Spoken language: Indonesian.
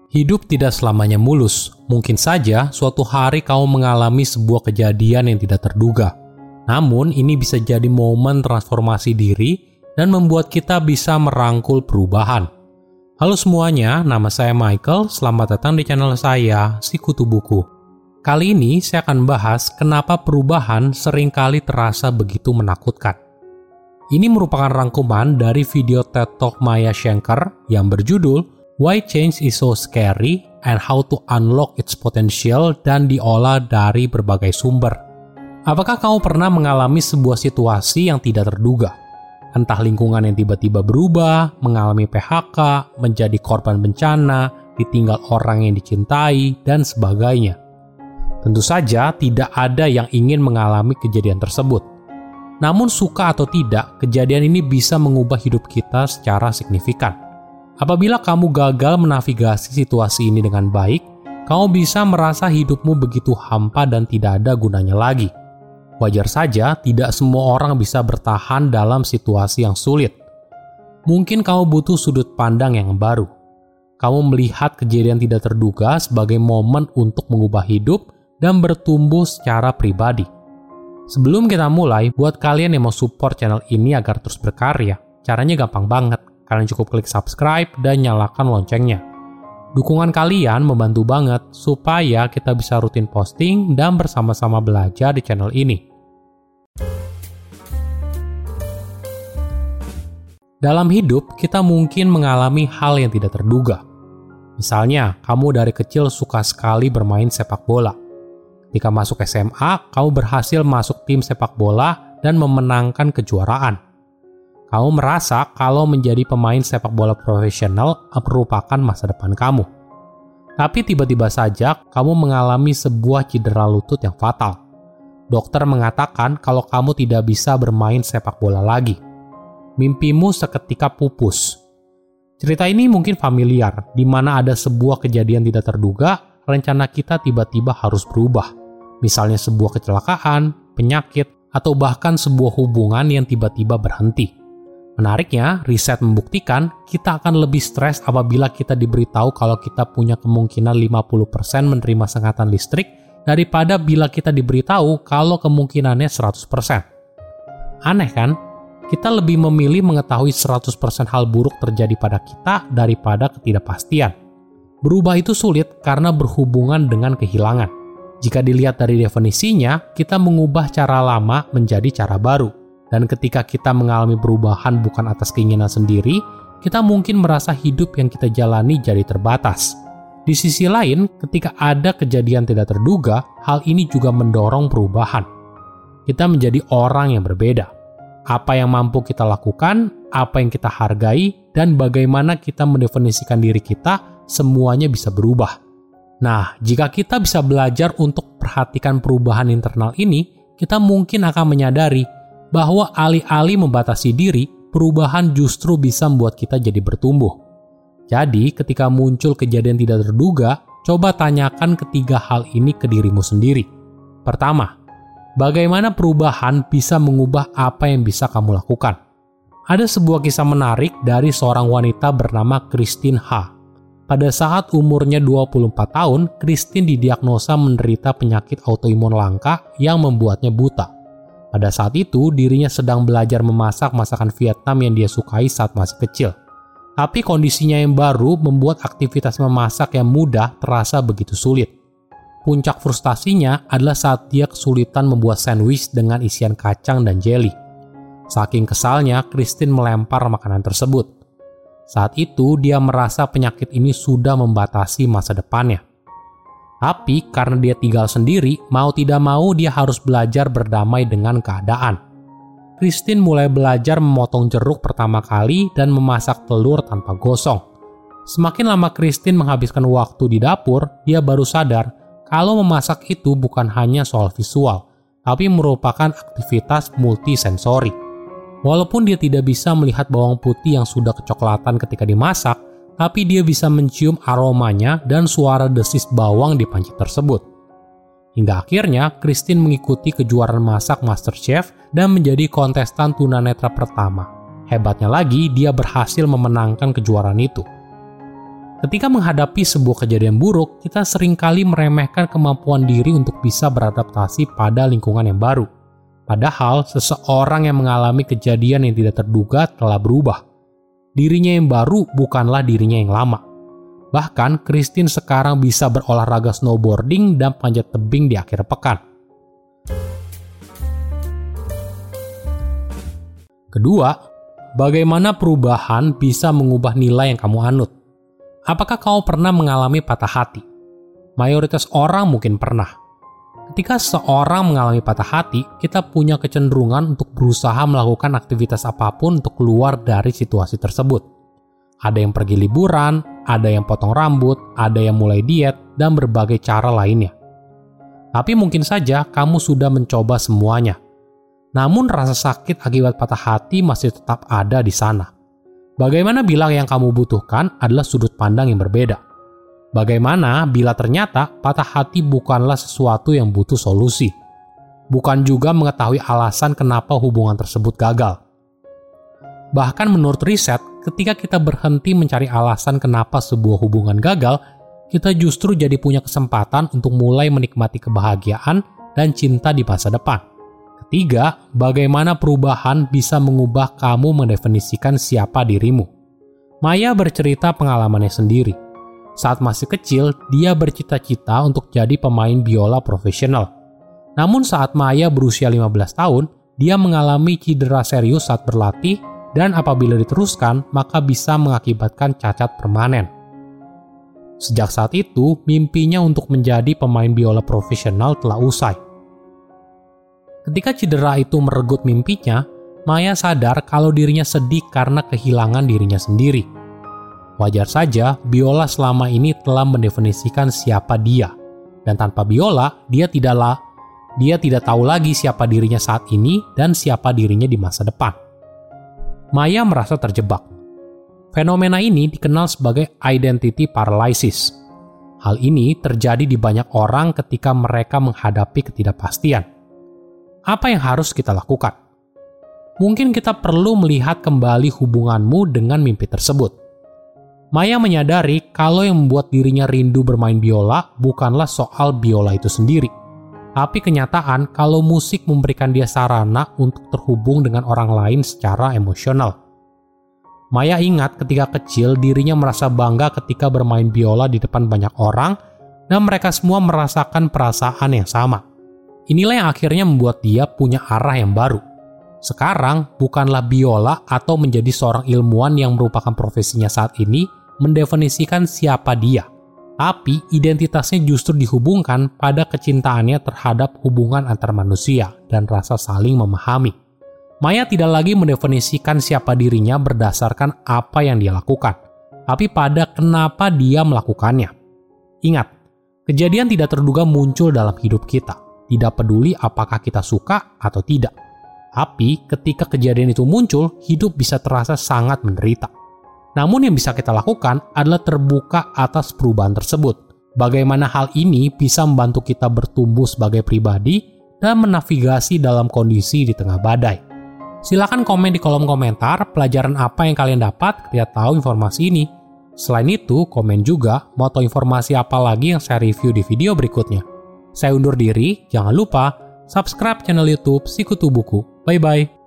Hidup tidak selamanya mulus. Mungkin saja suatu hari kamu mengalami sebuah kejadian yang tidak terduga. Namun, ini bisa jadi momen transformasi diri dan membuat kita bisa merangkul perubahan. Halo semuanya, nama saya Michael. Selamat datang di channel saya, Sikutu Buku. Kali ini saya akan bahas kenapa perubahan seringkali terasa begitu menakutkan. Ini merupakan rangkuman dari video TED Talk Maya Schenker yang berjudul Why Change is so Scary and How to Unlock Its Potential dan diolah dari berbagai sumber. Apakah kamu pernah mengalami sebuah situasi yang tidak terduga? Entah lingkungan yang tiba-tiba berubah, mengalami PHK, menjadi korban bencana, ditinggal orang yang dicintai, dan sebagainya. Tentu saja tidak ada yang ingin mengalami kejadian tersebut. Namun suka atau tidak, kejadian ini bisa mengubah hidup kita secara signifikan. Apabila kamu gagal menavigasi situasi ini dengan baik, kamu bisa merasa hidupmu begitu hampa dan tidak ada gunanya lagi. Wajar saja, tidak semua orang bisa bertahan dalam situasi yang sulit. Mungkin kamu butuh sudut pandang yang baru. Kamu melihat kejadian tidak terduga sebagai momen untuk mengubah hidup dan bertumbuh secara pribadi. Sebelum kita mulai, buat kalian yang mau support channel ini agar terus berkarya, caranya gampang banget. Kalian cukup klik subscribe dan nyalakan loncengnya. Dukungan kalian membantu banget supaya kita bisa rutin posting dan bersama-sama belajar di channel ini. Dalam hidup, kita mungkin mengalami hal yang tidak terduga. Misalnya, kamu dari kecil suka sekali bermain sepak bola. Ketika masuk SMA, kamu berhasil masuk tim sepak bola dan memenangkan kejuaraan. Kamu merasa kalau menjadi pemain sepak bola profesional merupakan masa depan kamu. Tapi tiba-tiba saja kamu mengalami sebuah cedera lutut yang fatal. Dokter mengatakan kalau kamu tidak bisa bermain sepak bola lagi. Mimpimu seketika pupus. Cerita ini mungkin familiar, di mana ada sebuah kejadian tidak terduga, rencana kita tiba-tiba harus berubah. Misalnya sebuah kecelakaan, penyakit, atau bahkan sebuah hubungan yang tiba-tiba berhenti. Menariknya, riset membuktikan kita akan lebih stres apabila kita diberitahu kalau kita punya kemungkinan 50% menerima sengatan listrik daripada bila kita diberitahu kalau kemungkinannya 100%. Aneh kan? Kita lebih memilih mengetahui 100% hal buruk terjadi pada kita daripada ketidakpastian. Berubah itu sulit karena berhubungan dengan kehilangan. Jika dilihat dari definisinya, kita mengubah cara lama menjadi cara baru. Dan ketika kita mengalami perubahan bukan atas keinginan sendiri, kita mungkin merasa hidup yang kita jalani jadi terbatas. Di sisi lain, ketika ada kejadian tidak terduga, hal ini juga mendorong perubahan. Kita menjadi orang yang berbeda. Apa yang mampu kita lakukan, apa yang kita hargai, dan bagaimana kita mendefinisikan diri kita, semuanya bisa berubah. Nah, jika kita bisa belajar untuk perhatikan perubahan internal ini, kita mungkin akan menyadari bahwa alih-alih membatasi diri, perubahan justru bisa membuat kita jadi bertumbuh. Jadi, ketika muncul kejadian tidak terduga, coba tanyakan ketiga hal ini ke dirimu sendiri. Pertama, bagaimana perubahan bisa mengubah apa yang bisa kamu lakukan? Ada sebuah kisah menarik dari seorang wanita bernama Christine H. Pada saat umurnya 24 tahun, Christine didiagnosa menderita penyakit autoimun langka yang membuatnya buta. Pada saat itu, dirinya sedang belajar memasak masakan Vietnam yang dia sukai saat masih kecil. Tapi kondisinya yang baru membuat aktivitas memasak yang mudah terasa begitu sulit. Puncak frustasinya adalah saat dia kesulitan membuat sandwich dengan isian kacang dan jelly. Saking kesalnya, Christine melempar makanan tersebut. Saat itu, dia merasa penyakit ini sudah membatasi masa depannya. Tapi karena dia tinggal sendiri, mau tidak mau dia harus belajar berdamai dengan keadaan. Christine mulai belajar memotong jeruk pertama kali dan memasak telur tanpa gosong. Semakin lama Christine menghabiskan waktu di dapur, dia baru sadar kalau memasak itu bukan hanya soal visual, tapi merupakan aktivitas multisensori. Walaupun dia tidak bisa melihat bawang putih yang sudah kecoklatan ketika dimasak, tapi dia bisa mencium aromanya dan suara desis bawang di panci tersebut. Hingga akhirnya, Christine mengikuti kejuaraan masak MasterChef dan menjadi kontestan tunanetra pertama. Hebatnya lagi, dia berhasil memenangkan kejuaraan itu. Ketika menghadapi sebuah kejadian buruk, kita seringkali meremehkan kemampuan diri untuk bisa beradaptasi pada lingkungan yang baru. Padahal, seseorang yang mengalami kejadian yang tidak terduga telah berubah. Dirinya yang baru bukanlah dirinya yang lama. Bahkan, Christine sekarang bisa berolahraga snowboarding dan panjat tebing di akhir pekan. Kedua, bagaimana perubahan bisa mengubah nilai yang kamu anut? Apakah kau pernah mengalami patah hati? Mayoritas orang mungkin pernah. Ketika seseorang mengalami patah hati, kita punya kecenderungan untuk berusaha melakukan aktivitas apapun untuk keluar dari situasi tersebut. Ada yang pergi liburan, ada yang potong rambut, ada yang mulai diet, dan berbagai cara lainnya. Tapi mungkin saja kamu sudah mencoba semuanya. Namun rasa sakit akibat patah hati masih tetap ada di sana. Bagaimana bila yang kamu butuhkan adalah sudut pandang yang berbeda? Bagaimana bila ternyata patah hati bukanlah sesuatu yang butuh solusi? Bukan juga mengetahui alasan kenapa hubungan tersebut gagal. Bahkan menurut riset, ketika kita berhenti mencari alasan kenapa sebuah hubungan gagal, kita justru jadi punya kesempatan untuk mulai menikmati kebahagiaan dan cinta di masa depan. Ketiga, bagaimana perubahan bisa mengubah kamu mendefinisikan siapa dirimu. Maya bercerita pengalamannya sendiri. Saat masih kecil, dia bercita-cita untuk jadi pemain biola profesional. Namun saat Maya berusia 15 tahun, dia mengalami cedera serius saat berlatih dan apabila diteruskan, maka bisa mengakibatkan cacat permanen. Sejak saat itu, mimpinya untuk menjadi pemain biola profesional telah usai. Ketika cedera itu merenggut mimpinya, Maya sadar kalau dirinya sedih karena kehilangan dirinya sendiri. Wajar saja, biola selama ini telah mendefinisikan siapa dia. Dan tanpa biola, dia tidak tahu lagi siapa dirinya saat ini dan siapa dirinya di masa depan. Maya merasa terjebak. Fenomena ini dikenal sebagai identity paralysis. Hal ini terjadi di banyak orang ketika mereka menghadapi ketidakpastian. Apa yang harus kita lakukan? Mungkin kita perlu melihat kembali hubunganmu dengan mimpi tersebut. Maya menyadari kalau yang membuat dirinya rindu bermain biola bukanlah soal biola itu sendiri, tapi kenyataan kalau musik memberikan dia sarana untuk terhubung dengan orang lain secara emosional. Maya ingat ketika kecil dirinya merasa bangga ketika bermain biola di depan banyak orang dan mereka semua merasakan perasaan yang sama. Inilah yang akhirnya membuat dia punya arah yang baru. Sekarang, bukanlah biola atau menjadi seorang ilmuwan yang merupakan profesinya saat ini mendefinisikan siapa dia, tapi identitasnya justru dihubungkan pada kecintaannya terhadap hubungan antar manusia dan rasa saling memahami. Maya tidak lagi mendefinisikan siapa dirinya berdasarkan apa yang dia lakukan, tapi pada kenapa dia melakukannya. Ingat, kejadian tidak terduga muncul dalam hidup kita. Tidak peduli apakah kita suka atau tidak. Tapi ketika kejadian itu muncul, hidup bisa terasa sangat menderita. Namun yang bisa kita lakukan adalah terbuka atas perubahan tersebut. Bagaimana hal ini bisa membantu kita bertumbuh sebagai pribadi dan menavigasi dalam kondisi di tengah badai. Silakan komen di kolom komentar pelajaran apa yang kalian dapat ketika tahu informasi ini. Selain itu, komen juga mau tahu informasi apa lagi yang saya review di video berikutnya. Saya undur diri, jangan lupa subscribe channel YouTube Sikutu Buku. Bye-bye.